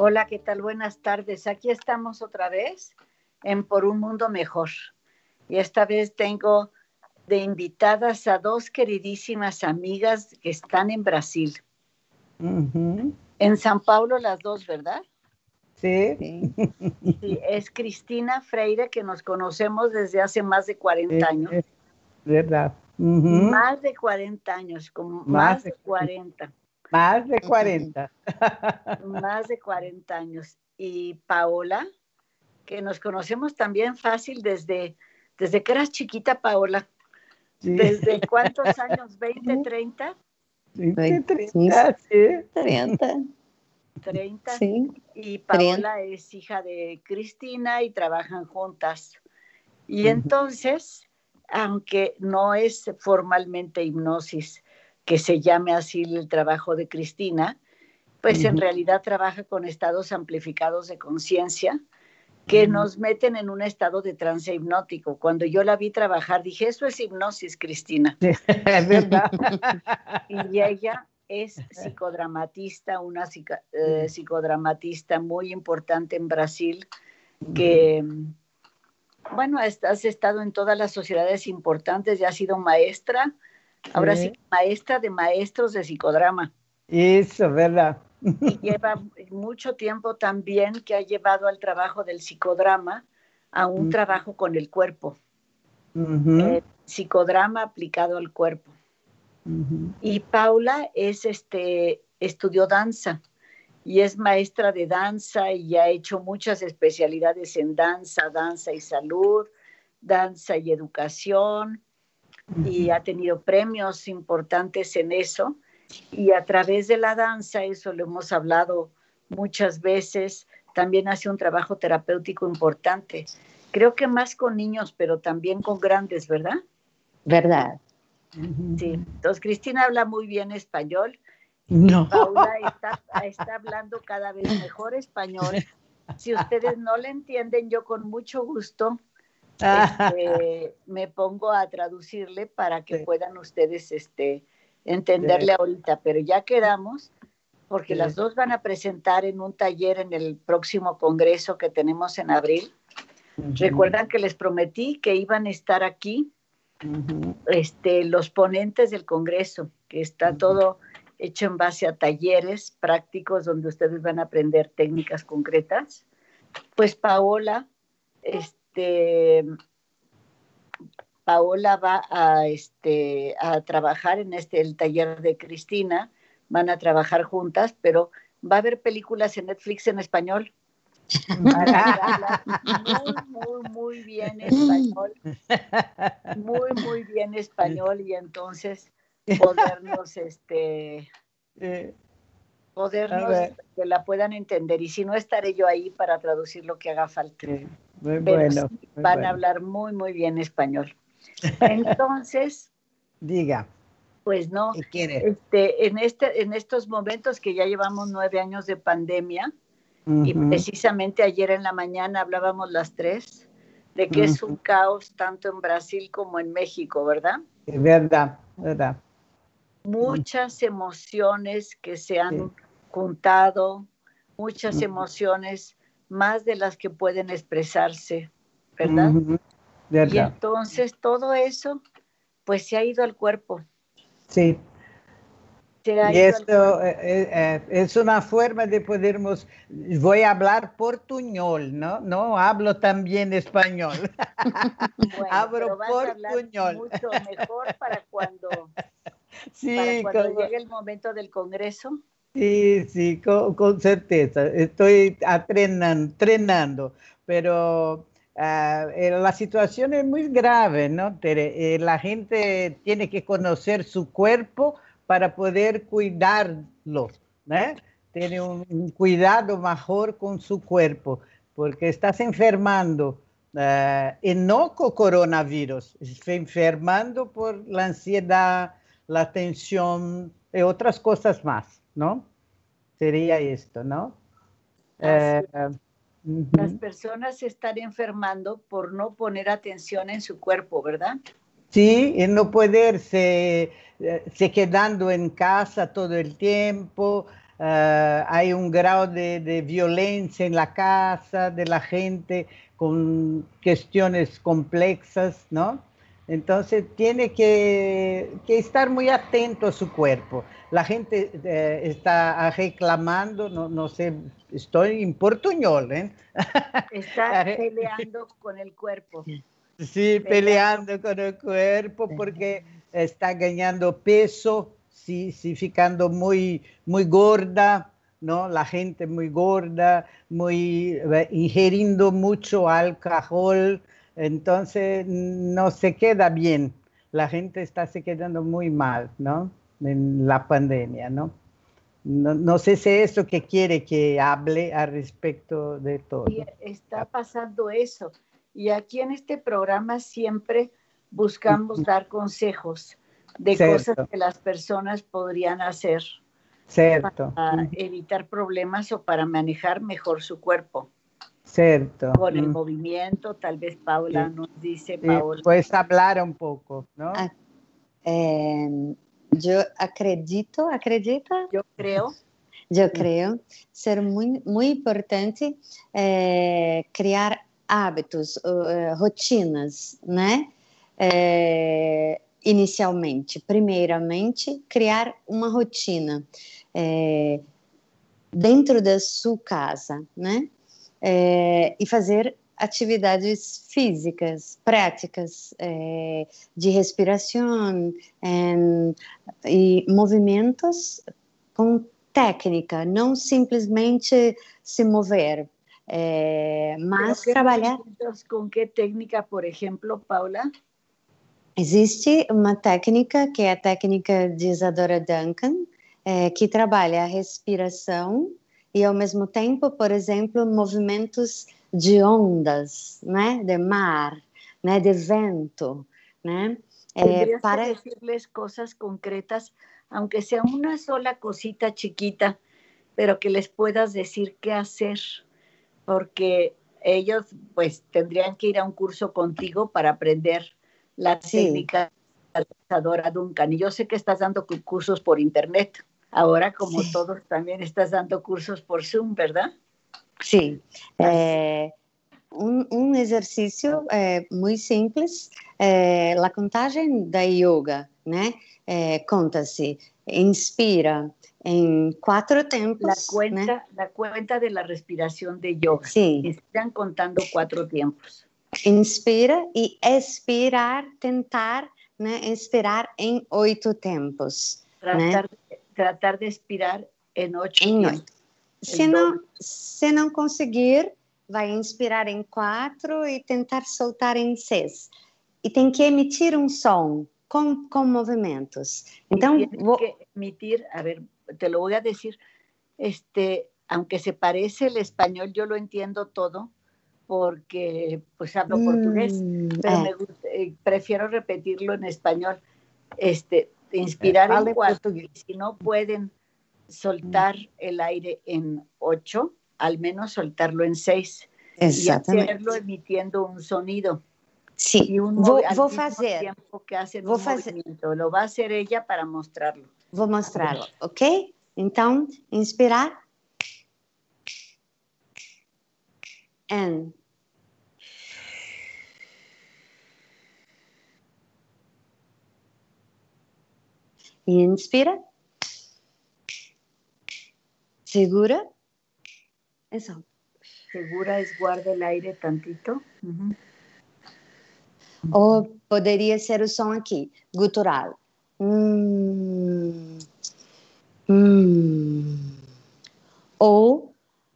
Hola, ¿qué tal? Buenas tardes. Aquí estamos otra vez en Por un Mundo Mejor. Y esta vez tengo de invitadas a dos queridísimas amigas que están en Brasil. En San Paulo las dos, ¿verdad? Sí. Sí, es Cristina Freire, que nos conocemos desde hace más de 40 años. ¿Verdad? Más de 40 años, como más de 40. Más de 40. Más de 40 años. Y Paola, que nos conocemos también fácil desde que eras chiquita, Paola. Sí. ¿Desde cuántos años? ¿20, 30? 20, 30, sí. 30. 30. Sí. Y Paola es hija de Cristina y trabajan juntas. Y entonces, aunque no es formalmente hipnosis, que se llame así el trabajo de Cristina, pues en realidad trabaja con estados amplificados de conciencia que nos meten en un estado de trance hipnótico. Cuando yo la vi trabajar, dije, eso es hipnosis, Cristina. Es verdad. Y ella es psicodramatista, una psicodramatista muy importante en Brasil, que, bueno, has estado en todas las sociedades importantes y has sido maestra, ahora sí, maestra de maestros de psicodrama. Eso, ¿verdad? Y lleva mucho tiempo también que ha llevado al trabajo del psicodrama a un trabajo con el cuerpo. Psicodrama aplicado al cuerpo. Y Paula estudió danza y es maestra de danza y ha hecho muchas especialidades en danza, danza y salud, danza y educación, y ha tenido premios importantes en eso. Y a través de la danza, eso lo hemos hablado muchas veces, también hace un trabajo terapéutico importante. Creo que más con niños, pero también con grandes, ¿verdad? ¿Verdad? Sí. Entonces, Cristina habla muy bien español. No. Y Paula está hablando cada vez mejor español. Si ustedes no le entienden, yo con mucho gusto me pongo a traducirle para que puedan ustedes entenderle ahorita, pero ya quedamos, porque las dos van a presentar en un taller en el próximo congreso que tenemos en abril. Recuerdan que les prometí que iban a estar aquí los ponentes del congreso, que está todo hecho en base a talleres prácticos donde ustedes van a aprender técnicas concretas. Pues Paola va a trabajar en el taller de Cristina, van a trabajar juntas, pero va a haber películas en Netflix en español. Hablar muy bien español, muy bien español, y entonces podernos que la puedan entender, y si no, estaré yo ahí para traducir lo que haga falta. Muy pero bueno, sí muy van bueno. a hablar muy bien español. Entonces, diga. Pues no, ¿Qué quiere? en estos momentos que ya llevamos 9 años de pandemia, y precisamente ayer en la mañana hablábamos las tres de que es un caos tanto en Brasil como en México, ¿verdad? Es verdad, verdad. Muchas emociones que se han juntado, muchas emociones, más de las que pueden expresarse, ¿verdad? Verdad. Y entonces todo eso, pues se ha ido al cuerpo. Sí. Y esto es una forma de podermos, voy a hablar portuñol, ¿no? No hablo también español. Bueno, hablo pero vas a hablar portuñol. mucho mejor para cuando Sí, llegue el momento del congreso. Sí, con certeza. Estoy entrenando, pero la situación es muy grave, ¿no, Tere? La gente tiene que conocer su cuerpo para poder cuidarlo, ¿eh? Tiene un cuidado mejor con su cuerpo, porque estás enfermando, y no con coronavirus, está enfermando por la ansiedad, la tensión y otras cosas más, ¿no? Sería esto, ¿no? Las personas se están enfermando por no poner atención en su cuerpo, ¿verdad? Sí, y no poderse quedando en casa todo el tiempo, hay un grado de violencia en la casa de la gente con cuestiones complexas, ¿no? Entonces tiene que estar muy atento a su cuerpo. La gente está reclamando, no, no sé, estoy en portuñol, ¿eh? Está peleando con el cuerpo. Sí, peleando con el cuerpo porque está ganando peso, sí, sí, ficando muy, muy gorda, ¿no? La gente muy gorda, muy ingiriendo mucho alcohol, entonces no se queda bien. La gente está se quedando muy mal, ¿no? En la pandemia, ¿no? No, no sé si es eso que quiere que hable al respecto de todo. Y está pasando eso. Y aquí en este programa siempre buscamos dar consejos de cosas Cierto, que las personas podrían hacer cierto. para evitar problemas o para manejar mejor su cuerpo. Certo. Con el movimiento, tal vez Paula Sí, nos dice, sí, Paola. puedes hablar un poco, ¿no? Ah, yo acredita, Yo creo, yo creo ser muy, muy importante criar hábitos, rotinas, né? Inicialmente, primeiramente, criar uma rotina dentro da sua casa, né? E fazer atividades físicas, práticas, de respiração e movimentos com técnica, não simplesmente se mover, mas ¿qué trabalhar. movimientos, con qué técnica, por ejemplo, Paula? Existe uma técnica que é a técnica de Isadora Duncan, que trabalha a respiração e, ao mesmo tempo, por exemplo, movimentos de ondas, né, de mar, né, de vento, né, Tendrías para... que decirles cosas concretas, aunque sea una sola cosita chiquita, pero que les puedas decir qué hacer, porque ellos pues tendrían que ir a un curso contigo para aprender la Sim, técnica de Isadora Duncan. Y yo sé que estás dando cursos por internet. Ahora, como sim, todos, también estás dando cursos por Zoom, ¿verdad? sim. Así. Um exercício muito simples, a contagem da yoga, né? Conta-se, inspira em 4 tempos, né? La cuenta de la respiración de yoga. Sim, Están contando 4 tiempos. inspira e expirar, tentar, né? Inspirar em 8 tempos, né? Tratar de expirar en 8 Em 8. tiempos, el doble. Se não conseguir, vai inspirar em 4 e tentar soltar em 6. E tem que emitir um som com movimentos. Então, y tienes que emitir, a ver, te lo voy a decir, aunque se parece el español, yo lo entiendo todo porque pues hablo portugués, pero prefiero repetirlo en español. Inspirar en Fale 4 portugués. y si no pueden soltar el aire en 8, al menos soltarlo en 6 y exatamente. hacerlo emitiendo un sonido. Sim, Y al vou mismo fazer. tiempo que hacen Vou un fazer. movimiento. Lo va a hacer ella para mostrarlo. Vou mostrá-lo, ok? Então, inspirar. And. E inspira. Segura. E solta. Segura es guarda el aire tantito. Uh-huh. Ou poderia ser o som aqui, gutural. Ou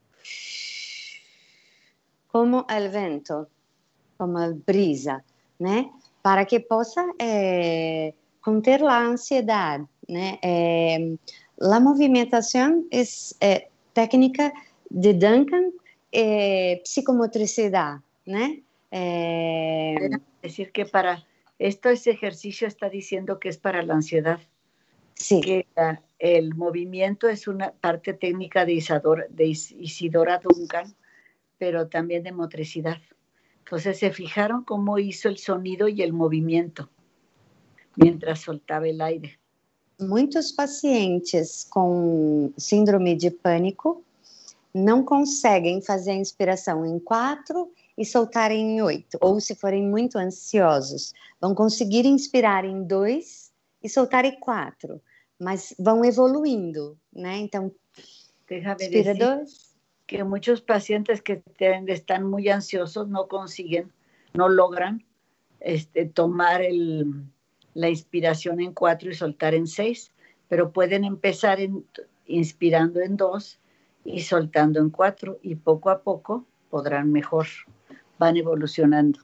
como o vento, como a brisa, né? Para que possa conter a ansiedade, né? A movimentação é técnica de Duncan, psicomotricidade, né? Decir que para este ejercicio está diciendo que es para la ansiedad. Sí. Que el movimiento es una parte técnica de Isidora Duncan, pero también de motricidad. Entonces se fijaron cómo hizo el sonido y el movimiento mientras soltaba el aire. muitos pacientes com síndrome de pânico não conseguem fazer a inspiração em 4 e soltar em 8. Ou se forem muito ansiosos, vão conseguir inspirar em 2 e soltar em 4. Mas vão evoluindo, né? Então, Déjame inspira decir 2. que muchos pacientes que están muy ansiosos no consiguen, no logran tomar la inspiración en 4 y soltar en 6, pero pueden empezar inspirando en 2 y soltando en 4 y poco a poco podrán mejor, van evolucionando.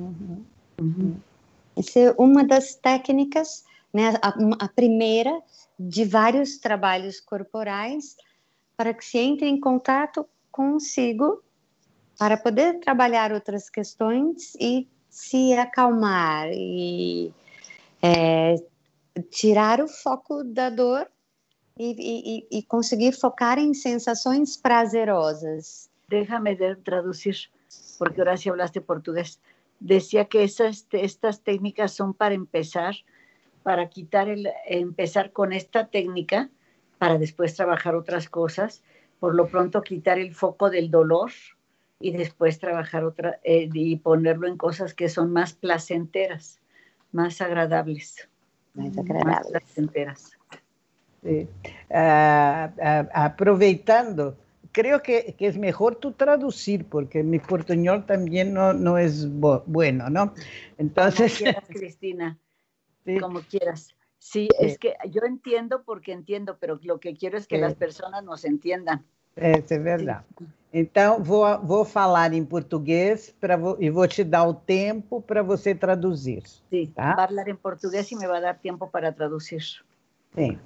Essa é uma das técnicas, né, a primeira de vários trabalhos corporais para que se entre em contato consigo para poder trabalhar outras questões e se acalmar e tirar o foco da dor e conseguir focar em sensações prazerosas. Déjame traducir, porque ahora sí hablaste portugués. Decía que estas técnicas son para empezar, para empezar con esta técnica, para después trabajar otras cosas, por lo pronto quitar el foco del dolor y después trabajar y ponerlo en cosas que son más placenteras, más agradables. Más agradables. Más placenteras. Sí. Aproveitando, creo que es mejor tú traducir, porque mi portuñol también no es bueno, ¿no? Entonces... Como quieras, Cristina, sí. Como quieras. Sí, es que yo entiendo porque entiendo, pero lo que quiero es que las personas nos entiendan. É verdade. Sim. Então, vou falar em português e vou te dar o tempo para você traduzir. Sim, tá? Vai falar em português e me vai dar tempo para traduzir. Sim.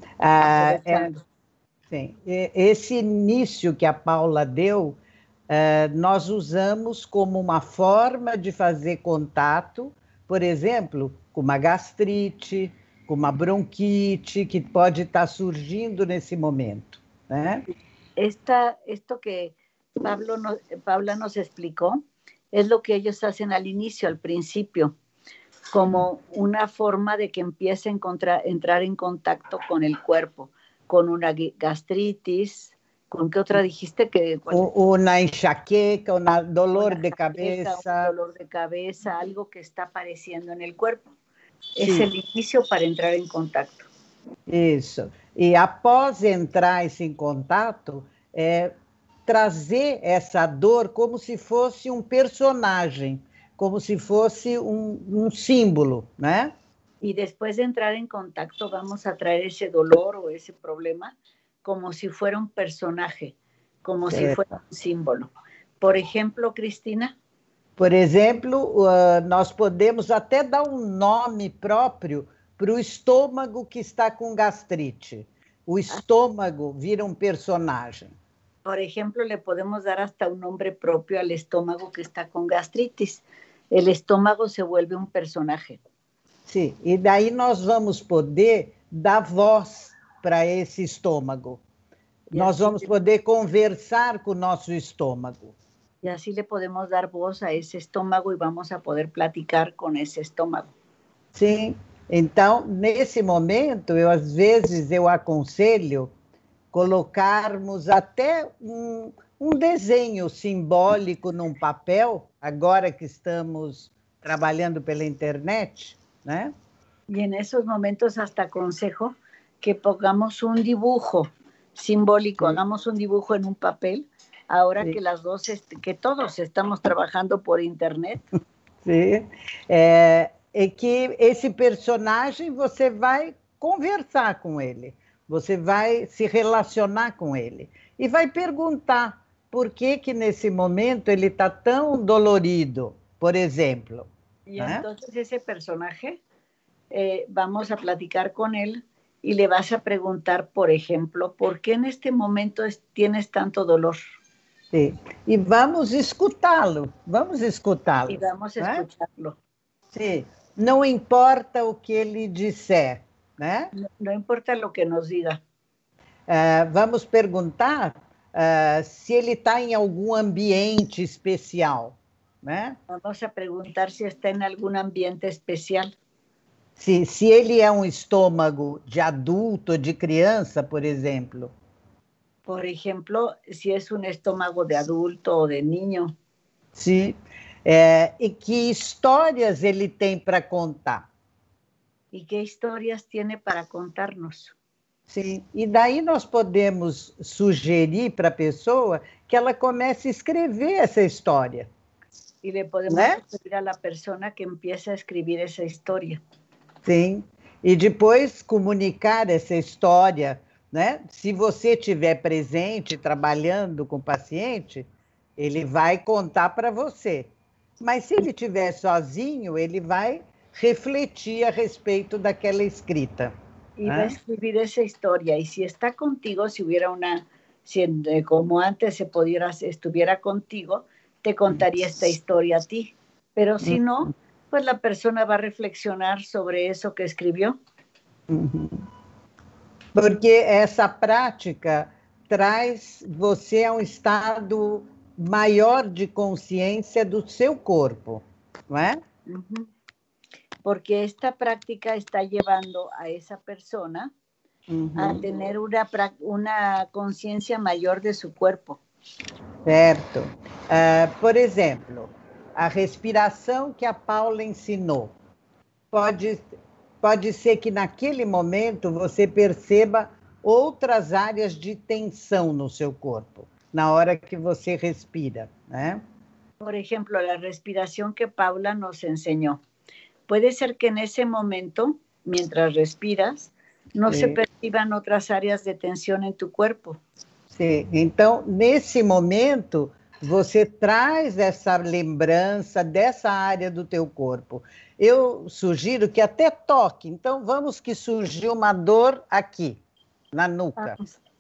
Sim. Esse início que a Paula deu, nós usamos como uma forma de fazer contato, por exemplo, com uma gastrite, com uma bronquite, que pode estar surgindo nesse momento, né? Esto que Paula nos explicó es lo que ellos hacen al inicio, al principio, como una forma de que empiece a entrar en contacto con el cuerpo, con una gastritis, ¿con qué otra dijiste? Una enxaqueca, un dolor de cabeza. Un dolor de cabeza, algo que está apareciendo en el cuerpo. Sí. Es el inicio para entrar en contacto. Isso. E após entrar em contato, trazer essa dor como se fosse um personagem, como se fosse um símbolo, né? Y después de entrar en contacto, vamos a traer ese dolor o ese problema como si fuera un personaje, como si fuera un símbolo. Por ejemplo, Cristina. Por exemplo, nós podemos até dar um nome próprio para o estômago que está com gastrite. O estômago vira um personagem. Por ejemplo, le podemos dar hasta un nombre propio al estómago que está con gastritis. El estómago se vuelve un personaje. Sim, e daí nós vamos poder dar voz para esse estômago. Nós vamos poder conversar com o nosso estômago. Y así le podemos dar voz a ese estómago y vamos a poder platicar con ese estómago. Sim, então, nesse momento, às vezes eu aconselho colocarmos até um desenho simbólico num papel, agora que estamos trabalhando pela internet, né? Y en esos momentos hasta aconsejo que pongamos un dibujo simbólico, sí. Hagamos un dibujo en un papel, ahora sí. que todos estamos trabajando por internet. Sim, que esse personagem você vai conversar com ele, você vai se relacionar com ele e vai perguntar por que nesse momento ele está tão dolorido, por exemplo. Y entonces ese personaje, vamos a platicar con él y le vas a preguntar, por ejemplo, ¿por qué en este momento tienes tanto dolor? Sim. E vamos escutá-lo, vamos escutá-lo. E vamos escutá-lo. Sim, não importa o que ele disser, né? Não importa o que nos diga. Vamos perguntar se ele está em algum ambiente especial, né? Vamos a preguntar si está en algún ambiente especial. Se ele é um estômago de adulto, de criança, por exemplo. Por ejemplo, si es un estómago de adulto o de niño. Sim. E que histórias ele tem para contar. ¿Y qué historias tiene para contarnos? Sim. E daí nós podemos sugerir para a pessoa que ela comece a escrever essa história. Y le podemos sugerir a la persona que empiece a escribir esa historia. Sim. E depois comunicar essa história, né? Se você estiver presente, trabalhando com o paciente, ele vai contar para você. Mas se ele estiver sozinho, ele vai refletir a respeito daquela escrita. Y va a escribir esa historia. Y si está contigo, si hubiera como antes estuviera contigo, te contaría esta historia a ti. Pero si no, pues la persona va a reflexionar sobre eso que escribió. Porque essa prática traz você a um estado maior de consciência do seu corpo, não é? Porque esta práctica está llevando a esa persona a tener una conciencia mayor de su cuerpo. Certo. Por exemplo, a respiração que a Paula ensinou. Pode ser que naquele momento você perceba outras áreas de tensão no seu corpo, na hora que você respira, né? Por ejemplo, la respiración que Paula nos enseñó. Puede ser que en ese momento, mientras respiras, no se perciban otras áreas de tensión en tu cuerpo. Sim. Então, nesse momento, você traz essa lembrança dessa área do teu corpo. Eu sugiro que até toque. Então, vamos que surgiu uma dor aqui, na nuca.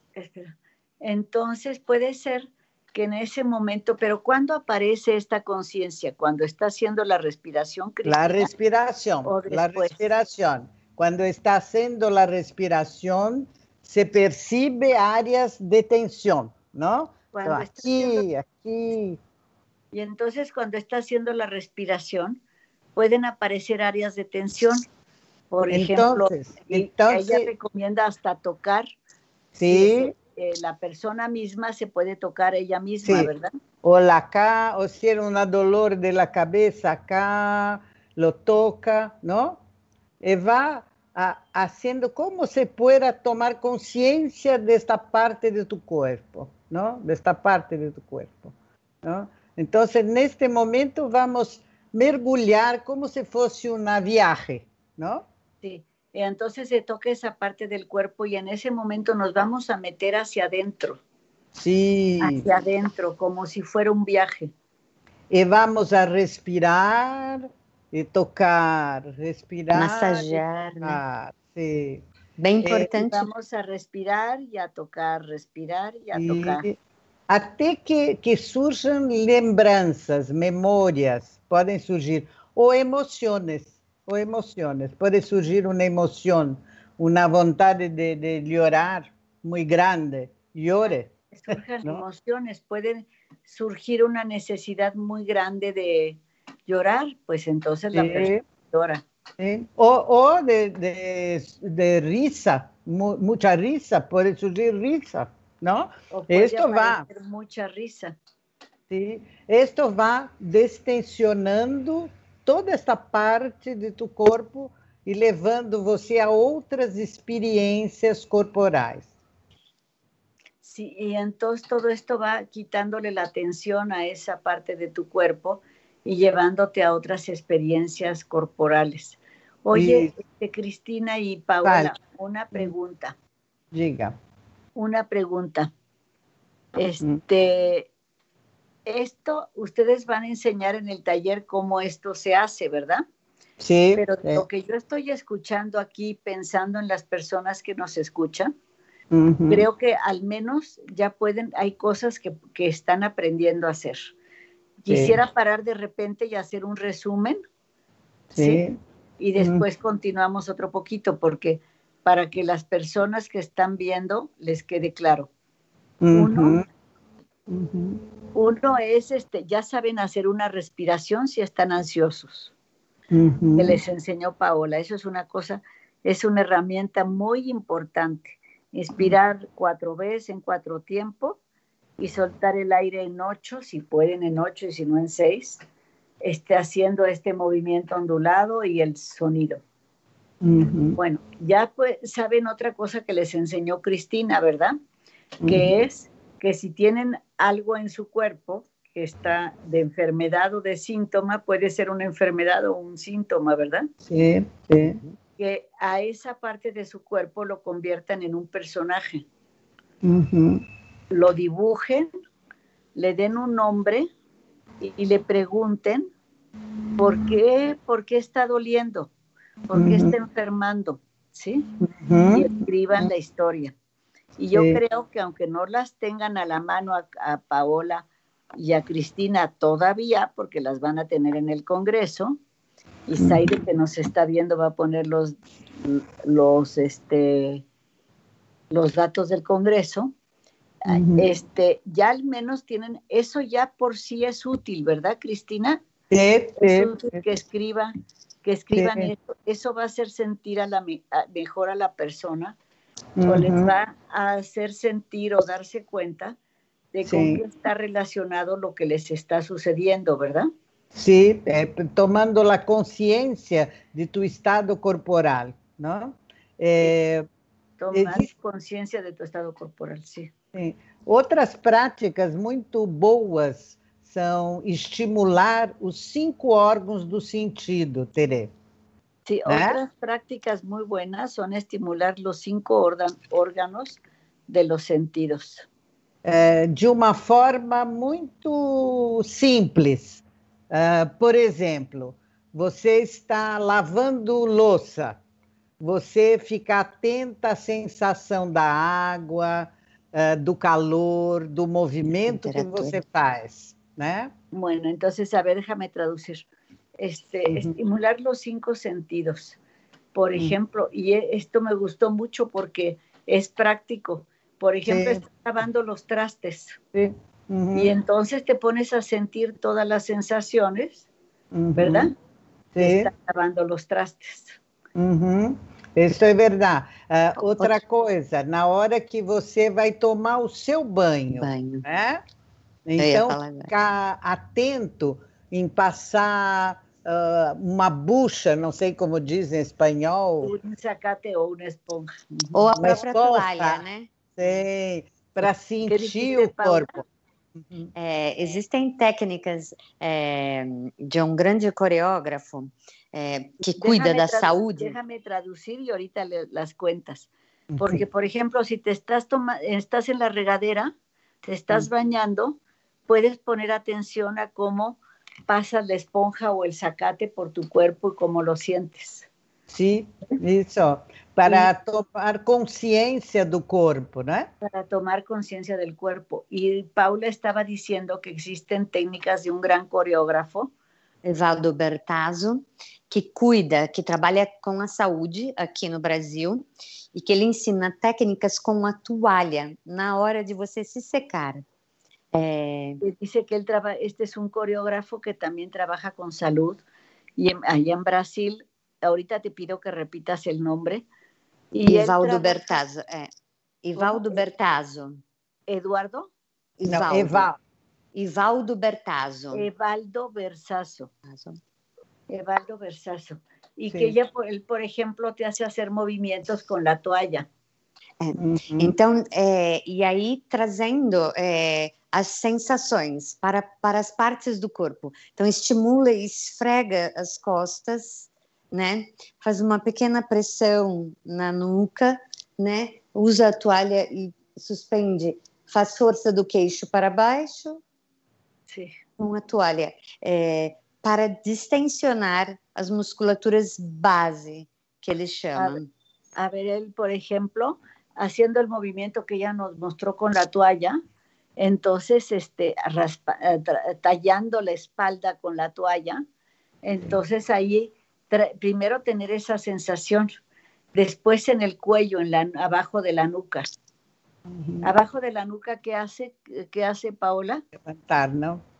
Entonces, puede ser que en ese momento, pero ¿cuándo aparece esta conciencia? ¿Cuando está haciendo la respiración, Cristina? La respiración, la respiración. Cuando está haciendo la respiración, se percibe áreas de tensión, ¿no? Aquí. Y entonces, cuando está haciendo la respiración, pueden aparecer áreas de tensión. Por ejemplo, ella recomienda hasta tocar. Sí. La persona misma se puede tocar ella misma, ¿verdad? O acá, o si era un dolor de la cabeza acá, lo toca, ¿no? Y va haciendo como se pueda tomar conciencia de esta parte de tu cuerpo, ¿no? De esta parte de tu cuerpo, ¿no? Entonces, en este momento vamos mergulhar como si fuese una viaje, ¿no? Sí. Entonces se toca esa parte del cuerpo y en ese momento nos vamos a meter hacia adentro. Sí. Hacia adentro, como si fuera un viaje. Y vamos a respirar y tocar, respirar. Massagear, né? Sí. Bem importante. Vamos a respirar y a tocar, respirar y a tocar. Até que surjam lembranças, memórias, podem surgir, ou emoções. Pode surgir uma emoção, uma vontade de llorar muito grande. Llore. Surgen emociones, pueden surgir una necesidad muy grande de llorar, pues entonces la persona llora. O de risa, mucha risa, puede surgir risa, ¿no? O puede aparecer mucha risa. Sí. Esto va destensionando toda esta parte de tu corpo e levando você a outras experiências corporais. Sí, y entonces todo esto va quitándole la atención a esa parte de tu cuerpo y llevándote a otras experiencias corporales. Oye, Cristina y Paola, una pregunta. Diga. Una pregunta. Esto, ustedes van a enseñar en el taller cómo esto se hace, ¿verdad? Sí. Pero lo que yo estoy escuchando aquí, pensando en las personas que nos escuchan, creo que al menos ya hay cosas que están aprendiendo a hacer. Quisiera parar de repente y hacer un resumen. ¿Sí? Y después continuamos otro poquito, porque para que las personas que están viendo les quede claro. Uno es, ya saben hacer una respiración si están ansiosos. que les enseñó Paola. Eso es una cosa, es una herramienta muy importante. Inspirar 4 veces en 4 tiempos y soltar el aire en 8, si pueden en 8 y si no en 6, haciendo este movimiento ondulado y el sonido. Bueno, ya pues saben otra cosa que les enseñó Cristina, ¿verdad? Que es que si tienen algo en su cuerpo que está de enfermedad o de síntoma, puede ser una enfermedad o un síntoma, ¿verdad? Sí, sí. Que a esa parte de su cuerpo lo conviertan en un personaje. Lo dibujen, le den un nombre y le pregunten ¿por qué está doliendo? ¿Por qué está enfermando? ¿Sí? Y escriban la historia. Y yo creo que aunque no las tengan a la mano a Paola y a Cristina todavía, porque las van a tener en el Congreso, y Zaire, que nos está viendo, va a poner los datos del Congreso, ya al menos tienen, eso ya por sí es útil, ¿verdad, Cristina? Es útil que escriban eso va a hacer sentir mejor a la persona, o les va a hacer sentir o darse cuenta de con qué está relacionado lo que les está sucediendo, ¿verdad? Sí, tomando la conciencia de tu estado corporal, ¿no? Tomar conciencia de tu estado corporal, sí. Outras práticas muito boas são estimular os 5 órgãos do sentido, Tere. Sí, otras prácticas muy buenas son estimular los 5 órganos de los sentidos. De uma forma muito simples. Por exemplo, você está lavando louça, você fica atenta à sensação da água, do calor, do movimento que você faz, né? Bueno, entonces, a ver, déjame traducir. Estimular los 5 sentidos. Por ejemplo, y esto me gustó mucho porque es práctico. Por ejemplo, estás lavando los trastes. Y entonces te pones a sentir todas las sensaciones, ¿verdad? De estar lavando los trastes. Isso é verdade. Outra coisa, na hora que você vai tomar o seu banho. Né? Então, ficar atento em passar uma bucha, não sei como diz em espanhol. Um sacate ou uma esponja. Ou a própria toalha, né? Sim, para sentir o corpo. Existem técnicas de um grande coreógrafo que cuida da saúde. Déjame traducir y ahorita las cuentas. Porque, por ejemplo, si te estás en la regadera, te estás bañando, puedes poner atención a cómo pasa la esponja o el zacate por tu cuerpo y cómo lo sientes. Sí, eso. Para tomar conciencia del corpo, ¿no? Para tomar conciencia del cuerpo. Y Paula estaba diciendo que existen técnicas de un gran coreógrafo, Evaldo Bertazzo, que cuida, que trabalha com a saúde aqui no Brasil e que ele ensina técnicas com a toalha na hora de você se secar. Dice que este es un coreógrafo que también trabaja con salud y allá en Brasil, ahorita te pido que repitas el nombre. Evaldo Bertazzo. Evaldo Bertazzo. ¿Eduardo? Evaldo Bertazzo. Evaldo Bertazzo. Evaldo Bertazzo. Y que él, por ejemplo, te hace hacer movimientos con la toalla. Então, e aí trazendo as sensações para as partes do corpo. Então, estimula e esfrega as costas, né? Faz uma pequena pressão na nuca, né? Usa a toalha e suspende. Faz força do queixo para baixo. Sim. Com a toalha. Para distensionar as musculaturas base, que eles chamam. A ver, él, por ejemplo, haciendo el movimiento que ella nos mostró con la toalla, entonces tallando la espalda con la toalla, entonces ahí primero tener esa sensación, después en el cuello, abajo de la nuca. Abajo de la nuca, ¿qué hace Paola? Levantar, ¿no?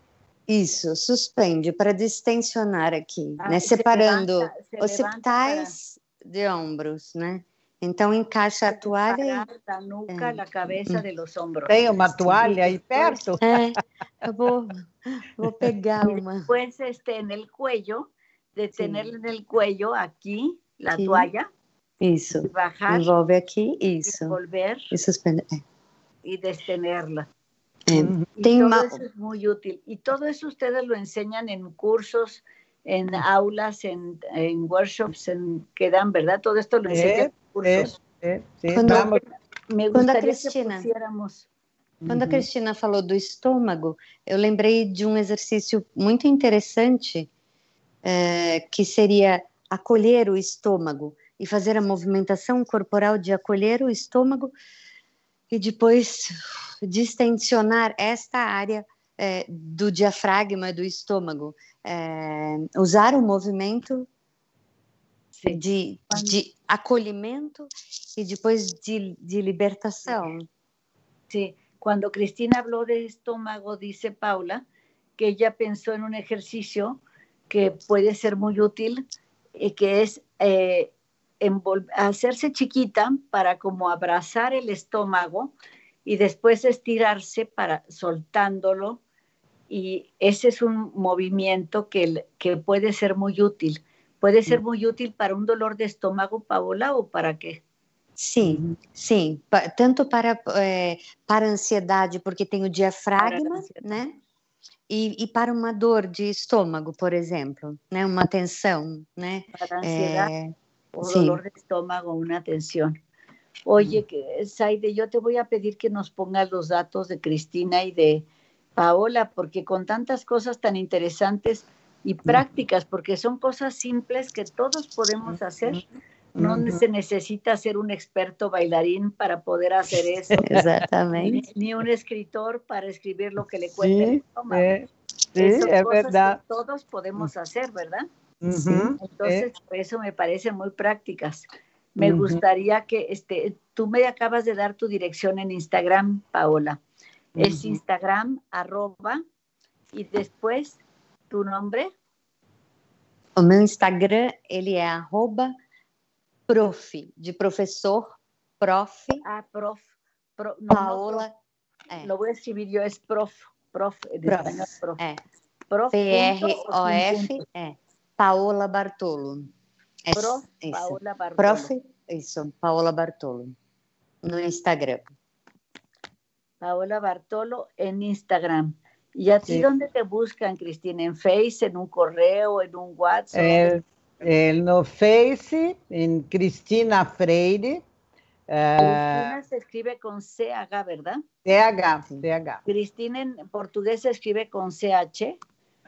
Isso, suspende para distensionar aqui, né? se Separando levanta, se occipitais de ombros, né? Então encaixa a toalha separar la nuca, la cabeza de los hombros. Tem uma toalha aí perto? eu vou pegar Y uma. después en el cuello, detener en el cuello aquí la Aqui. toalla. Isso. Y bajar. Envolve aqui, isso. Envolver. E suspender. Y detenerla. Tem Y todo eso es muy útil. Y todo eso ustedes lo enseñan en cursos, en aulas, en workshops que dan, ¿verdad? Todo esto lo enseñan en cursos. Vamos. Me gustaría que pusiéramos. Quando a Cristina falou do estômago, eu lembrei de um exercício muito interessante, que seria acolher o estômago e fazer a movimentação corporal de acolher o estômago e depois distensionar esta área do diafragma, do estômago. Usar o movimento de acolhimento y después de libertación. Sí, cuando Cristina habló de estómago, dice Paula, que ella pensó en un ejercicio que puede ser muy útil, que es hacerse chiquita para como abrazar el estómago y después estirarse para soltándolo, y ese es un movimiento que puede ser muy útil. ¿Puede ser muy útil para un dolor de estómago, Paola, o para qué? Sim, sim. Tanto para ansiedade, porque tem o diafragma, né? E para uma dor de estômago, por exemplo, né? Uma tensão, né? Para ansiedad o dolor de estómago, una tensión. Oye, Zaide, yo te voy a pedir que nos pongas los datos de Cristina y de Paola, porque con tantas cosas tan interesantes y prácticas, porque son cosas simples que todos podemos hacer. No se necesita ser un experto bailarín para poder hacer eso. Exactamente. Ni un escritor para escribir lo que le cuenta el estómago. Sí, son es cosas verdad. que todos podemos hacer, ¿verdad? Entonces, por eso me parecen muy prácticas. Me gustaría que tú me acabas de dar tu dirección en Instagram, Paola. Es Instagram, @ y después tu nombre. O meu Instagram, ele é @prof, de professor, prof. Prof. No, Paola. Lo voy a escribir yo, es prof, de español, prof. Prof. PROF, Paola Bartolo. Prof. Paola Bartolo. Prof. Isso, Paola Bartolo. No Instagram. Paola Bartolo en Instagram. ¿Y a ti dónde te buscan, Cristina? ¿En Face, en un correo, en un WhatsApp? No Face, en Cristina Freire. Cristina se escribe con CH, ¿verdad? CH. Cristina en portugués se escribe con CH.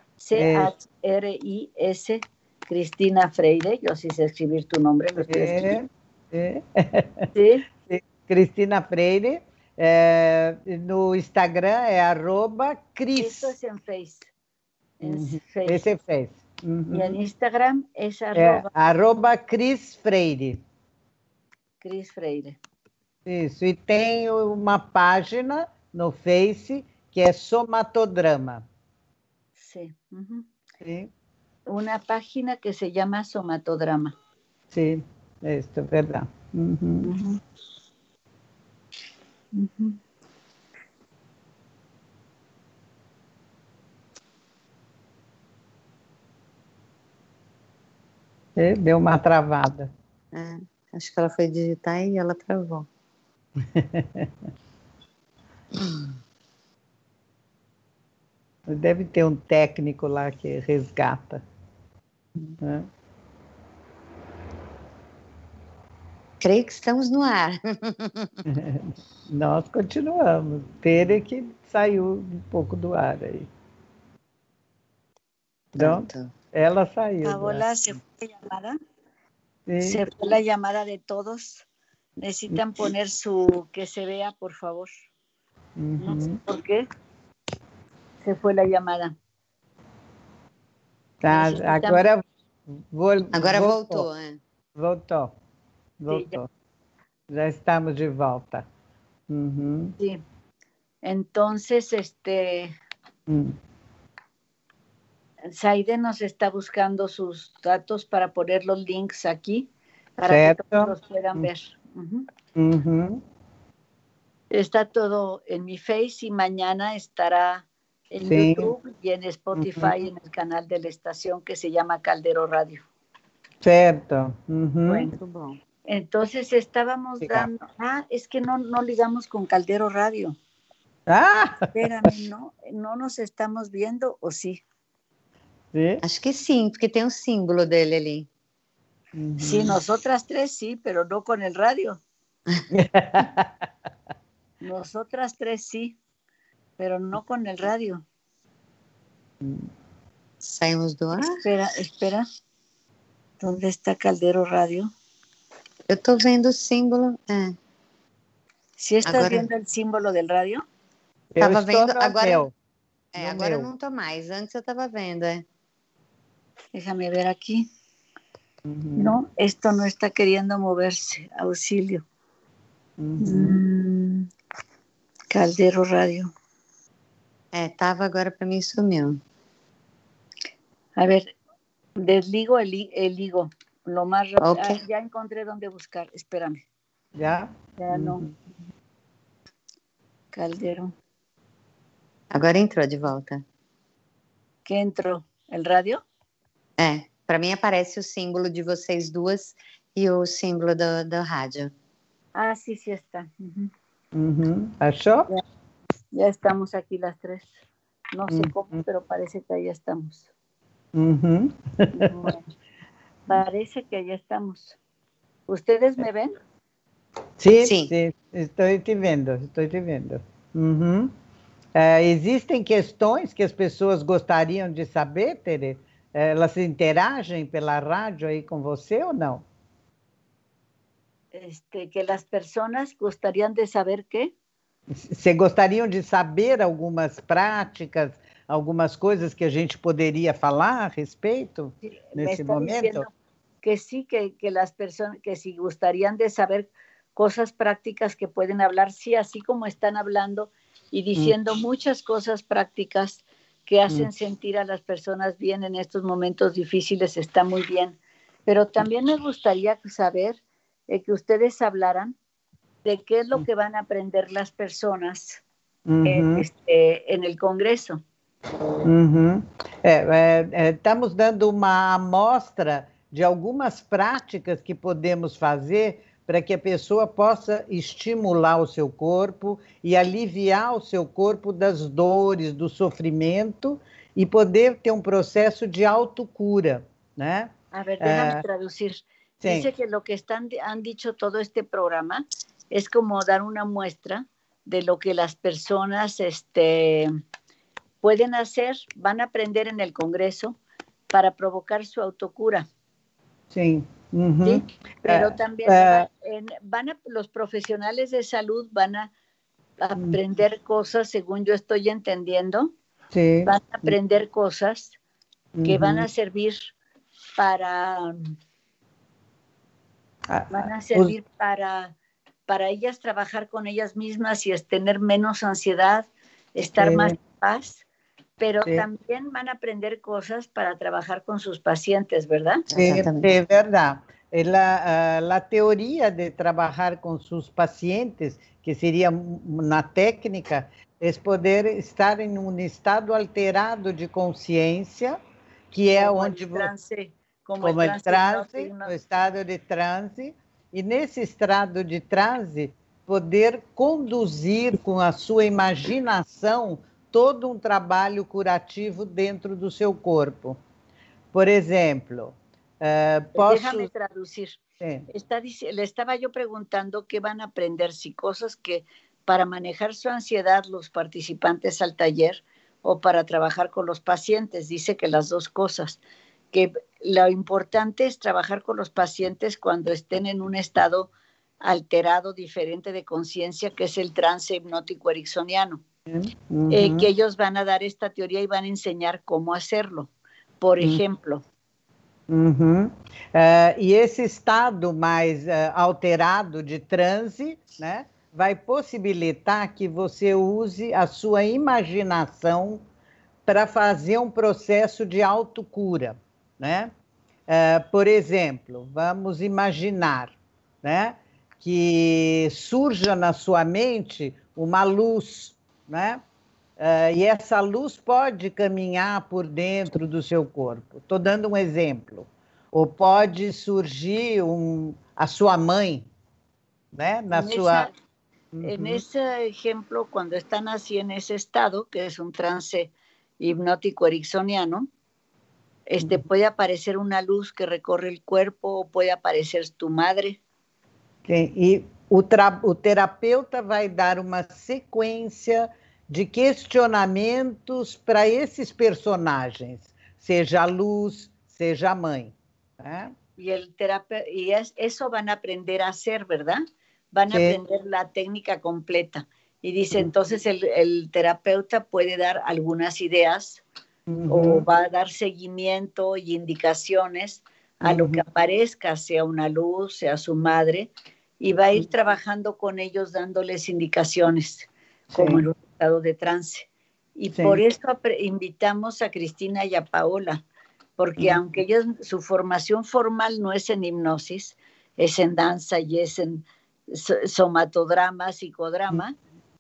CHRIS, Cristina Freire. Yo sí sé escribir tu nombre, lo estoy escribiendo. Sí. Cristina Freire. No Instagram é @Cris. Esto es en Face. Esse é Face. Y en Instagram es Cris Freire. Cris Freire. Isso, e tem uma página no Face que é Somatodrama. Sí. Sí. Una página que se llama Somatodrama. Sí, esto es verdad. Deu uma travada. Acho que ela foi digitar e ela travou. Deve ter um técnico lá que resgata. Né? Creio que estamos no ar. Nós continuamos. Tere que saiu um pouco do ar aí. Pronto. Ela saiu. Paola, se fue la llamada. Sí. Se fue la llamada de todos. Necesitan poner que se vea, por favor. No sé por qué. Se fue la llamada. Agora voltou. Voltou. Sí, ya estamos de volta. Sí. Entonces, Saide nos está buscando sus datos para poner los links aquí, para certo. que todos los puedan ver. Está todo en mi Face y mañana estará en YouTube y en Spotify, en el canal de la estación que se llama Caldero Radio. Certo. Bueno, entonces estábamos dando... es que no ligamos con Caldero Radio. Espérame, ¿no nos estamos viendo o sí? Acho que sim, porque tem símbolo dele ali. Sí, nosotras tres sí, pero no con el radio. Nosotras tres sí, pero no con el radio. Saímos do ar? Espera. ¿Dónde está Caldero Radio? Eu estou vendo o símbolo. ¿Sí estás viendo el símbolo del radio? Estava vendo, agora não estou mais. Antes eu estava vendo. Déjame ver aquí. No, esto no está queriendo moverse. Auxilio. Caldero Radio. Estava agora para mim sumiu. A ver, desligo el higo. Lo más rápido. Okay. Ya encontré dónde buscar. Espérame. Ya no. Caldero. Agora entrou de volta. ¿Qué entró? ¿El radio? Para mim aparece o símbolo de vocês duas e o símbolo do rádio. Sí está. ¿Achó? Ya estamos aquí las tres. No sé cómo, pero parece que ahí estamos. Bueno, parece que ahí estamos. ¿Ustedes me ven? Sí, estoy te vendo. Existem questões que as pessoas gostariam de saber, Tere? Elas interagem pela rádio aí com você ou não? Que las personas gustarían de saber qué. Você gostariam de saber algumas práticas, algumas coisas que a gente poderia falar a respeito nesse momento? Que sí, que las personas, que si gustarían de saber cosas prácticas que pueden hablar, sí, así como están hablando y diciendo muchas cosas prácticas que hacen sentir a las personas bien en estos momentos difíciles, está muy bien. Pero también me gustaría saber que ustedes hablaran de qué es lo que van a aprender las personas en el Congreso. Estamos dando uma amostra de algumas práticas que podemos fazer para que a pessoa possa estimular o seu corpo e aliviar o seu corpo das dores, do sofrimento e poder ter um processo de autocura, né? A ver, déjame traducir. Dice que lo que han dicho todo este programa es como dar una muestra de lo que las personas pueden hacer, van a aprender en el Congreso para provocar su autocura. Sí. ¿Sí? Pero también los profesionales de salud van a aprender cosas, según yo estoy entendiendo, van a aprender cosas que van a servir para ellas trabajar con ellas mismas y tener menos ansiedad, estar más en paz. Pero también van a aprender cosas para trabajar con sus pacientes, ¿verdad? Sí, es verdad. La teoría de trabajar con sus pacientes, que sería una técnica, es poder estar en un estado alterado de conciencia, que es onde como el trance, o estado de transe, e nesse estado de transe, poder conduzir com a sua imaginação todo um trabalho curativo dentro do seu corpo. Por exemplo, Déjame traducir. Le estaba yo preguntando qué van a aprender, si cosas que para manejar su ansiedad los participantes al taller o para trabajar con los pacientes. Dice que las dos cosas, que lo importante es trabajar con los pacientes cuando estén en un estado alterado, diferente de conciencia, que es el trance hipnótico ericksoniano. Que ellos van a dar esta teoría y van a enseñar cómo hacerlo. Por ejemplo. E esse estado mais alterado de transe, né, vai possibilitar que você use a sua imaginação para fazer um processo de autocura, né? Por exemplo, vamos imaginar, né, que surja na sua mente uma luz, né? E essa luz pode caminhar por dentro do seu corpo. Estou dando um exemplo. Ou pode surgir a sua mãe, né? En ese ejemplo, cuando están así en ese estado, que es un trance hipnótico ericksoniano, puede aparecer una luz que recorre el cuerpo, o puede aparecer tu madre. Sim, e o terapeuta vai dar uma sequência de questionamentos para esses personagens, seja a luz, seja a mãe. Né? Eso van a aprender a hacer, ¿verdad? Van a aprender la técnica completa. Y dice, entonces el terapeuta puede dar algunas ideas o va a dar seguimiento y indicaciones a lo que aparezca, sea una luz, sea su madre, y va a ir trabajando con ellos dándoles indicaciones, como en un estado de trance. Y por eso invitamos a Cristina y a Paola, porque aunque ellos, su formación formal no es en hipnosis, es en danza y es en somatodrama, psicodrama,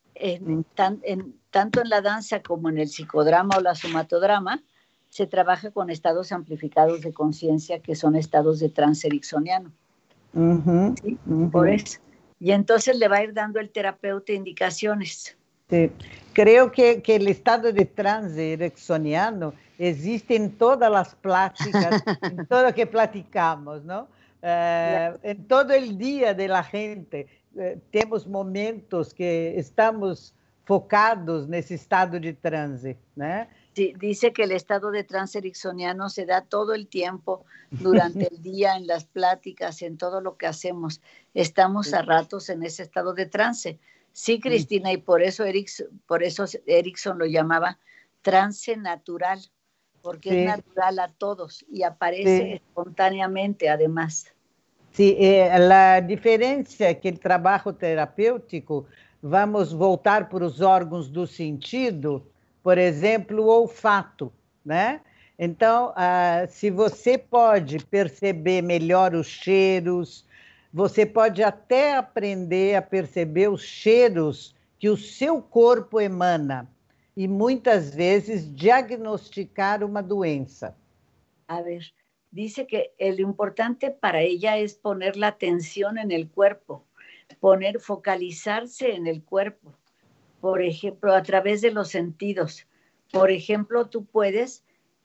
tanto en la danza como en el psicodrama o la somatodrama, se trabaja con estados amplificados de conciencia, que son estados de trance ericksoniano. ¿Sí? Por eso. Y entonces le va a ir dando el terapeuta indicaciones. Sí. Creo que el estado de trance ericksoniano existe en todas las pláticas, en todo lo que platicamos, ¿no? En todo el día de la gente, temos momentos que estamos focados nesse estado de transe, né? Sí, dice que el estado de trance ericksoniano se da todo el tiempo, durante el día, en las pláticas, en todo lo que hacemos. Estamos a ratos en ese estado de trance. Sí, Cristina, y por eso Erickson lo llamaba trance natural, porque es natural a todos y aparece espontáneamente, además. Sí, a diferença é que o trabalho terapêutico, vamos voltar para os órgãos do sentido, por exemplo, o olfato, né? Então, se você pode perceber melhor os cheiros, você pode até aprender a perceber os cheiros que o seu corpo emana e muitas vezes diagnosticar uma doença. A ver, dice que lo importante para ella es poner la atención en el cuerpo, focalizarse en el cuerpo, por ejemplo, a través de los sentidos. Por ejemplo, tú puedes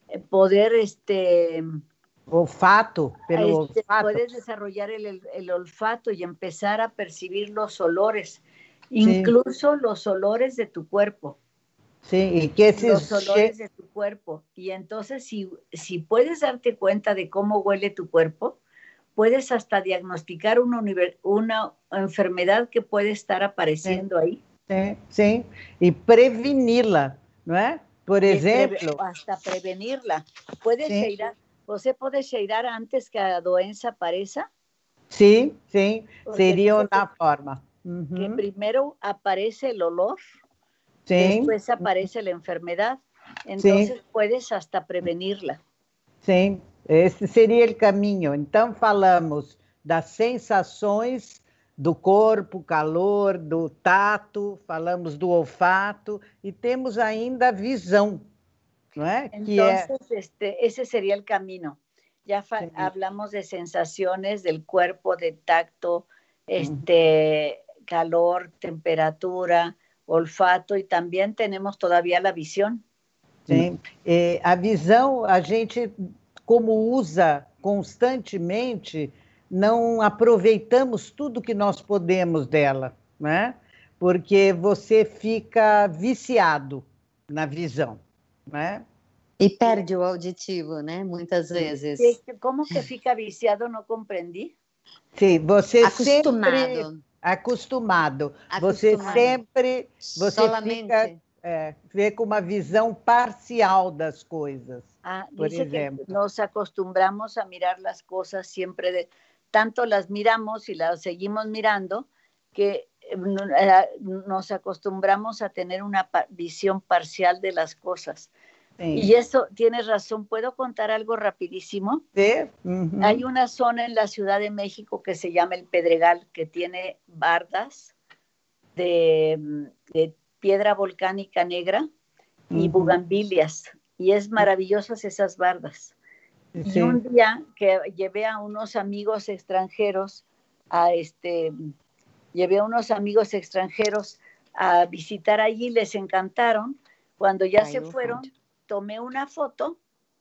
olfato, puedes desarrollar el olfato y empezar a percibir los olores, incluso los olores de tu cuerpo. Sí, y que los olores de tu cuerpo. Y entonces, si puedes darte cuenta de cómo huele tu cuerpo, puedes hasta diagnosticar una enfermedad que puede estar apareciendo ahí. Sí, sí, y prevenirla, ¿no es? Por ejemplo. Hasta prevenirla. ¿Você pode cheirar antes que a doença apareça? Sí, sí, sería una forma. Que primero aparece el olor, después aparece la enfermedad, entonces puedes hasta prevenirla. Sim, esse seria o caminho. Então, falamos das sensações do corpo, calor, do tato, falamos do olfato e temos ainda a visão, não é? Entonces, ese sería el camino. Ya hablamos de sensaciones del cuerpo, de tacto, calor, temperatura, olfato, y también tenemos todavía la visión. Sim, a visão, a gente, como usa constantemente, não aproveitamos tudo que nós podemos dela, né? Porque você fica viciado na visão, né? E perde o auditivo, né? Muitas vezes. Como que fica viciado? Não compreendi. Sim, você acostumado. Sempre acostumado. Você sempre fica vê com uma visão parcial das coisas. Por exemplo. Que nos acostumbramos a mirar las cosas siempre, tanto las miramos y las seguimos mirando, que nos acostumbramos a tener una visión parcial de las cosas. Sí. Y eso, tienes razón. ¿Puedo contar algo rapidísimo? Sí. Hay una zona en la Ciudad de México que se llama el Pedregal, que tiene bardas de piedra volcánica negra y bugambilias. Y es maravillosas esas bardas. Sí. Y un día que llevé a unos amigos extranjeros a visitar allí, les encantaron. Cuando ya se fueron, tomé una foto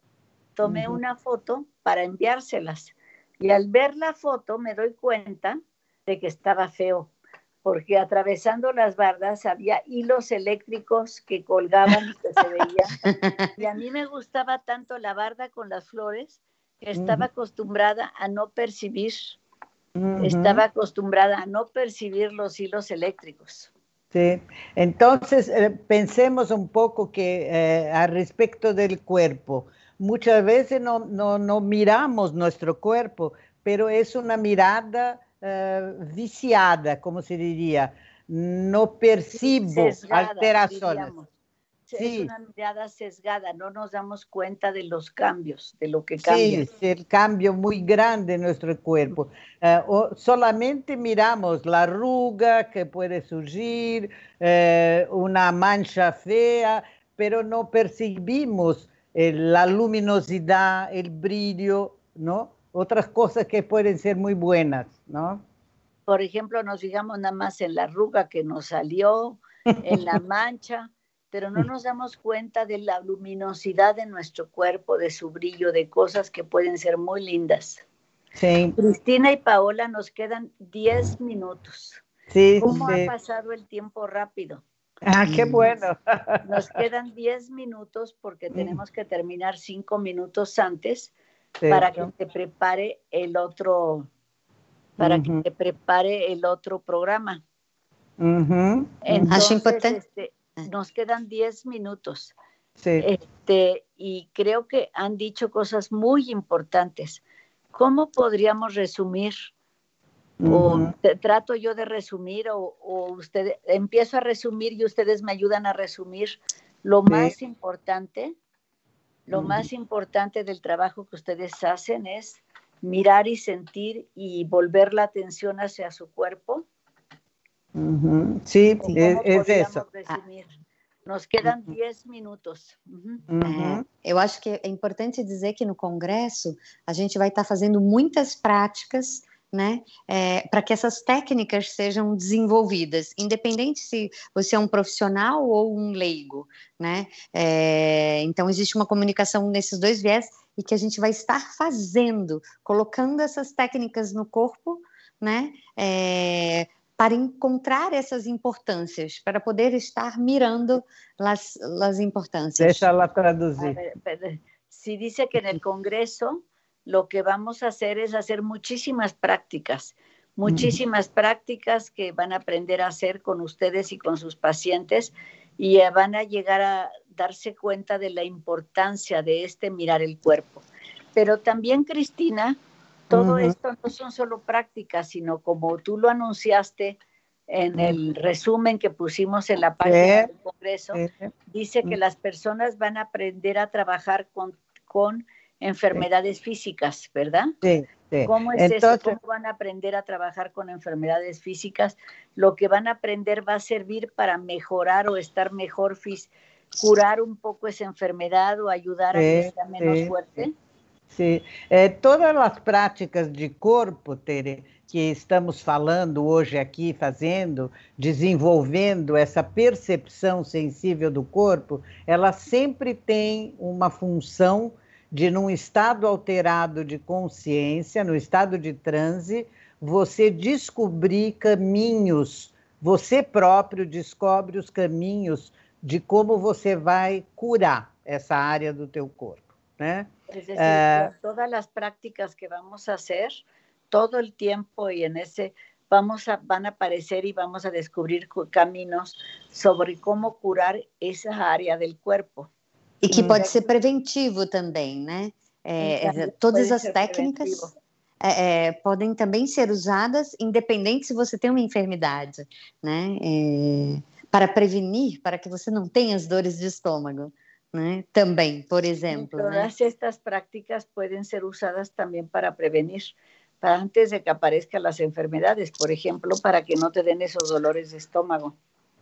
para enviárselas. Y al ver la foto me doy cuenta de que estaba feo, porque atravesando las bardas había hilos eléctricos que colgaban y que se veían. Y a mí me gustaba tanto la barda con las flores que estaba acostumbrada a no percibir, los hilos eléctricos. Sí. Entonces, pensemos un poco que al respecto del cuerpo, muchas veces no miramos nuestro cuerpo, pero es una mirada viciada, como se diría. No percibo Sesgada, alteraciones. diríamos. Sí. Es una mirada sesgada, no nos damos cuenta de los cambios, de lo que Sí, cambia. el cambio muy grande en nuestro cuerpo. Solamente miramos la arruga que puede surgir, una mancha fea, pero no percibimos la luminosidad, el brillo, ¿no? Otras cosas que pueden ser muy buenas, ¿no? Por ejemplo, nos fijamos nada más en la arruga que nos salió, en la mancha, pero no nos damos cuenta de la luminosidad de nuestro cuerpo, de su brillo, de cosas que pueden ser muy lindas. Sí. Cristina y Paola, nos quedan 10 minutos. Sí, ¿Cómo sí. ha pasado el tiempo rápido? Ah, qué bueno. Nos quedan 10 minutos porque tenemos que terminar 5 minutos antes para que te prepare el otro, programa. Entonces, nos quedan 10 minutos. Sí. Y creo que han dicho cosas muy importantes. ¿Cómo podríamos resumir? O trato yo de resumir, o empiezo a resumir y ustedes me ayudan a resumir lo más importante. Lo más importante del trabajo que ustedes hacen es mirar y sentir y volver la atención hacia su cuerpo. Sí, es eso. Resumir? Nos quedan 10 minutos. Eu acho que é importante dizer que no congresso a gente vai estar fazendo muitas práticas, né, para que essas técnicas sejam desenvolvidas, independente se você é um profissional ou um leigo, né? Então existe uma comunicação nesses dois viés e que a gente vai estar fazendo, colocando essas técnicas no corpo, né? Para encontrar essas importâncias, para poder estar mirando las importâncias. Déjala traduzir. Si dice que en el Congreso lo que vamos a hacer es hacer muchísimas prácticas que van a aprender a hacer con ustedes y con sus pacientes, y van a llegar a darse cuenta de la importancia de mirar el cuerpo. Pero también, Cristina, todo esto no son solo prácticas, sino como tú lo anunciaste en el resumen que pusimos en la página del Congreso, dice que las personas van a aprender a trabajar con enfermedades físicas, ¿verdad? Sí. ¿Cómo es eso? ¿Cómo van a aprender a trabajar con enfermedades físicas? Lo que van a aprender va a servir para mejorar o estar mejor, curar un poco esa enfermedad o ayudar a que sea menos fuerte. Sim, todas as práticas de corpo, Tere, que estamos falando hoje aqui, fazendo, desenvolvendo essa percepção sensível do corpo, ela sempre tem uma função de, num estado alterado de consciência, no estado de transe, você descobrir caminhos, você próprio descobre os caminhos de como você vai curar essa área do teu corpo, né? Es decir, con todas las prácticas que vamos a hacer, todo el tiempo y en ese van a aparecer y vamos a descubrir caminos sobre cómo curar esa área del cuerpo. E que pode ser preventivo também, né? Todas as técnicas podem também ser usadas independente se você tem uma enfermidade, né? Para prevenir, para que você não tenha as dores de estômago. né? Também, por exemplo. Todas estas prácticas pueden ser usadas también para prevenir, para antes de que aparezcan las enfermedades, por ejemplo, para que no te den esos dolores de estómago.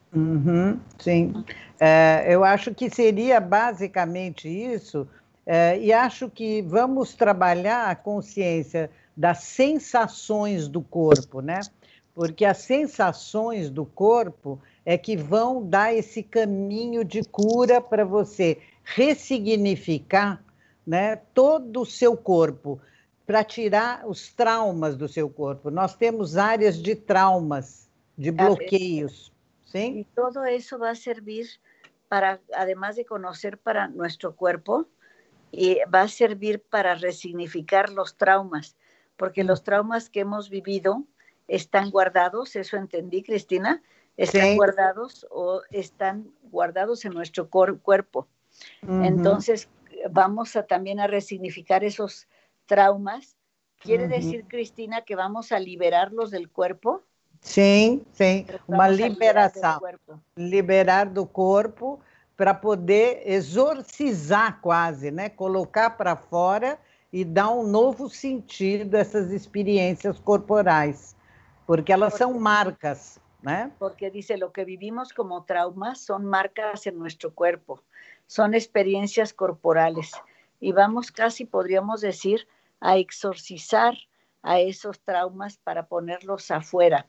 Sim, eu acho que seria basicamente isso, e acho que vamos trabalhar a consciência das sensações do corpo, né? Porque as sensações do corpo é que vão dar esse caminho de cura para você ressignificar, né, todo o seu corpo, para tirar os traumas do seu corpo. Nós temos áreas de traumas, de bloqueios. ¿Sí? Y todo eso va a servir para, además de conocer para nuestro cuerpo, y va a servir para resignificar los traumas, porque los traumas que hemos vivido están guardados, eso entendí, Cristina, están guardados o están guardados en nuestro cuerpo. Entonces, vamos a también a resignificar esos traumas. ¿Quiere decir, Cristina, que vamos a liberarlos del cuerpo? Sim, sim, uma liberação, liberar do corpo para poder exorcizar quase, né? Colocar para fora e dar um novo sentido a essas experiências corporais, porque elas são marcas, né? Porque dice, lo que vivimos como traumas son marcas en nuestro cuerpo, son experiencias corporales y vamos casi, podríamos decir, a exorcizar a esos traumas para ponerlos afuera.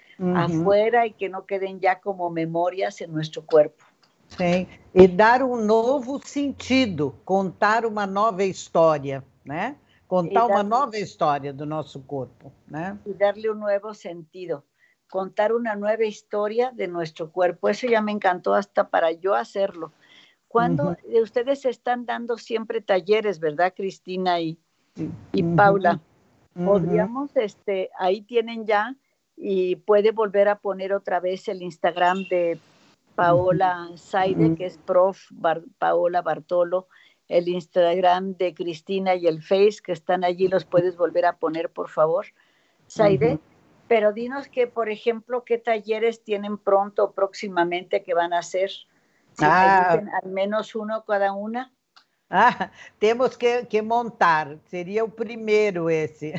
Afuera y que no queden ya como memorias en nuestro cuerpo. Sim, e dar um novo sentido, contar uma nova história, né? Contar uma nova história do nosso corpo, né? Y darle un nuevo sentido, contar una nueva historia de nuestro cuerpo. Eso ya me encantó hasta para yo hacerlo. Cuando ustedes están dando siempre talleres, ¿verdad, Cristina y Paula? Podríamos, ahí tienen ya. Y puede volver a poner otra vez el Instagram de Paola Saide, que es Paola Bartolo, el Instagram de Cristina y el Face, que están allí, los puedes volver a poner, por favor, Saide. Pero dinos que, por ejemplo, qué talleres tienen pronto o próximamente que van a hacer. Si me dicen al menos uno cada una. Temos que montar, seria o primeiro esse.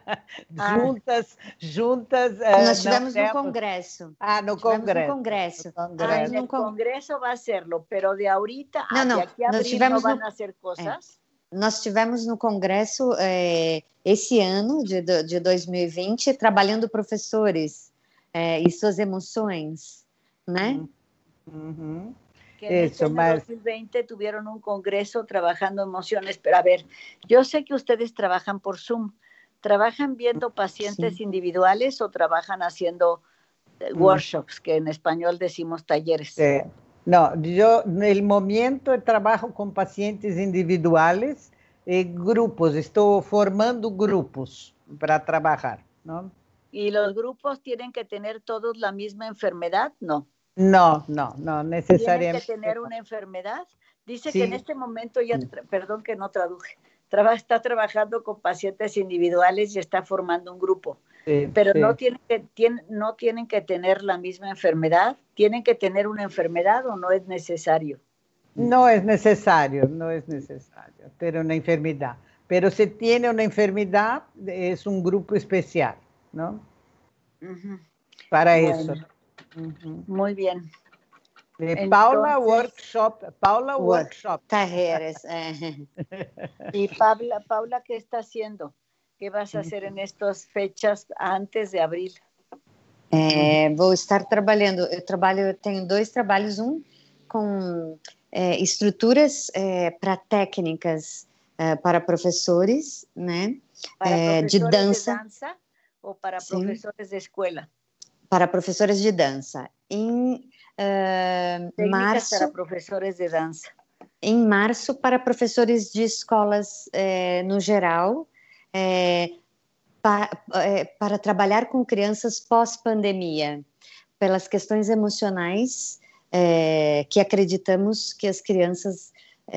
Juntas. Nós tivemos no congresso. No congresso. No congresso. En el congresso va a hacerlo, pero de ahorita, de aquí a abril no van a hacer cosas. Nós tivemos no congresso esse ano, de 2020, trabalhando professores e suas emoções, né? Que en este año 2020 tuvieron un congreso trabajando emociones, pero a ver, yo sé que ustedes trabajan por Zoom, ¿trabajan viendo pacientes individuales o trabajan haciendo workshops, que en español decimos talleres? No, yo en el momento trabajo con pacientes individuales y grupos, estoy formando grupos para trabajar, ¿no? ¿Y los grupos tienen que tener todos la misma enfermedad? No. No necesariamente. ¿Tienen que tener una enfermedad? Dice que en este momento ya, perdón que no traduje, está trabajando con pacientes individuales y está formando un grupo. Pero no tienen que tener la misma enfermedad. ¿Tienen que tener una enfermedad o no es necesario? No es necesario tener una enfermedad. Pero si tiene una enfermedad, es un grupo especial, ¿no? Para eso. Muy bien. Paula Workshop. Talleres. Y Paula, ¿qué está haciendo? ¿Qué vas a hacer en estas fechas antes de abril? Vou estar trabalhando. Eu tenho 2 trabalhos, com estruturas para técnicas para professores, né? Para de dança ou para Sim. professores de escola? Para professores de dança. Em março, para professores de dança. Em março, para professores de escolas no geral, para trabalhar com crianças pós-pandemia, pelas questões emocionais que acreditamos que as crianças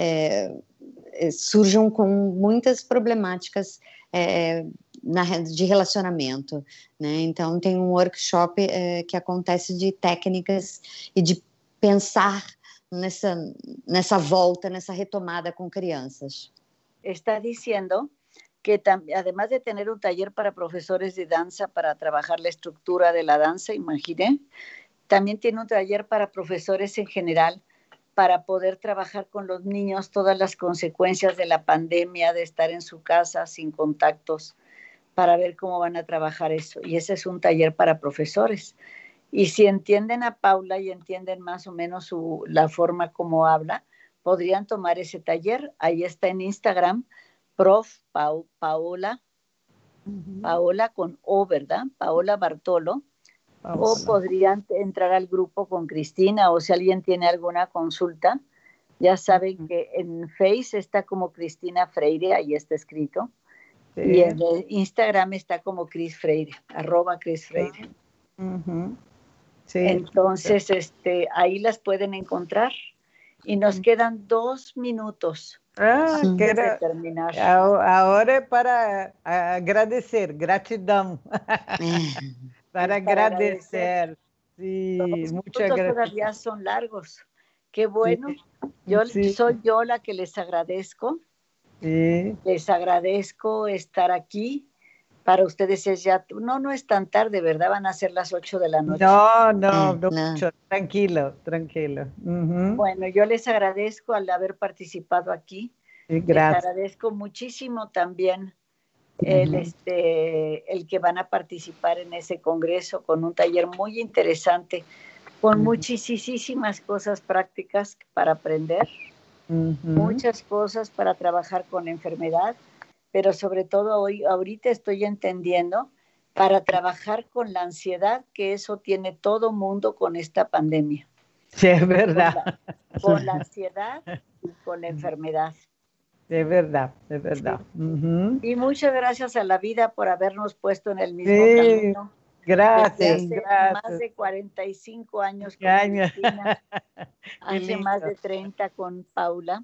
surjam com muitas problemáticas de relacionamento, né? Então tem um workshop que acontece de técnicas e de pensar nessa volta, nessa retomada com crianças? Está diciendo que además de tener un taller para profesores de danza para trabajar la estructura de la danza, imaginé, también tiene un taller para profesores en general para poder trabajar con los niños todas las consecuencias de la pandemia, de estar en su casa sin contactos, para ver cómo van a trabajar eso. Y ese es un taller para profesores. Y si entienden a Paula y entienden más o menos la forma como habla, podrían tomar ese taller. Ahí está en Instagram, prof. Paola, Paola con O, ¿verdad? Paola Bartolo. O podrían entrar al grupo con Cristina, o si alguien tiene alguna consulta, ya saben que en Face está como Cristina Freire, ahí está escrito, y en Instagram está como Cris Freire, @Cris Freire. Sí. Entonces, ahí las pueden encontrar. Y nos quedan 2 minutos antes de terminar. Ahora es para agradecer, gratidão. Para agradecer. Sí, muchas gracias. Todavía son largos. Qué bueno. Soy yo la que les agradezco. Sí. Les agradezco estar aquí. Para ustedes es ya, no es tan tarde, ¿verdad? Van a ser las 8 de la noche. No. Tranquilo. Bueno, yo les agradezco al haber participado aquí. Sí, gracias. Les agradezco muchísimo también el que van a participar en ese congreso con un taller muy interesante, con muchísimas cosas prácticas para aprender, muchas cosas para trabajar con la enfermedad, pero sobre todo ahorita estoy entendiendo para trabajar con la ansiedad, que eso tiene todo mundo con esta pandemia. Sí, es verdad. Con la ansiedad y con la enfermedad. Es verdad. Sí. Y muchas gracias a la vida por habernos puesto en el mismo camino. Gracias. Más de 45 años con Cristina, hace más de 30 con Paula.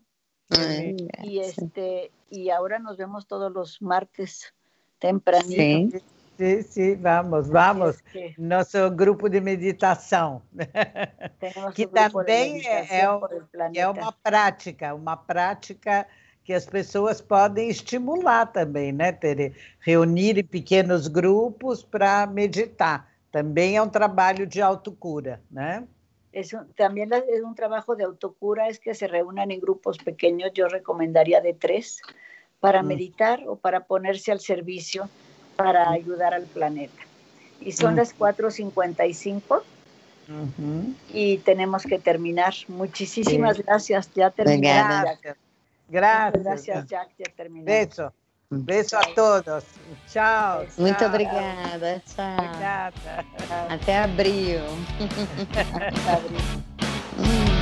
Y ahora nos vemos todos los martes tempranito. Sí, vamos. Nosso grupo de meditação. Que também é uma prática que as pessoas podem estimular também, né, Tere? Reunir em pequenos grupos para meditar. Também é um trabalho de autocura, né? También es un trabajo de autocura, es que se reúnan en grupos pequeños, yo recomendaría de 3, para meditar o para ponerse al servicio para ayudar al planeta. Y son las 4:55 y tenemos que terminar. Muchísimas gracias, ya terminamos. Gracias, Jack, ya terminamos. Beijo a todos. Tchau. Muito obrigada. Tchau. Obrigada. Até abril. Até abril.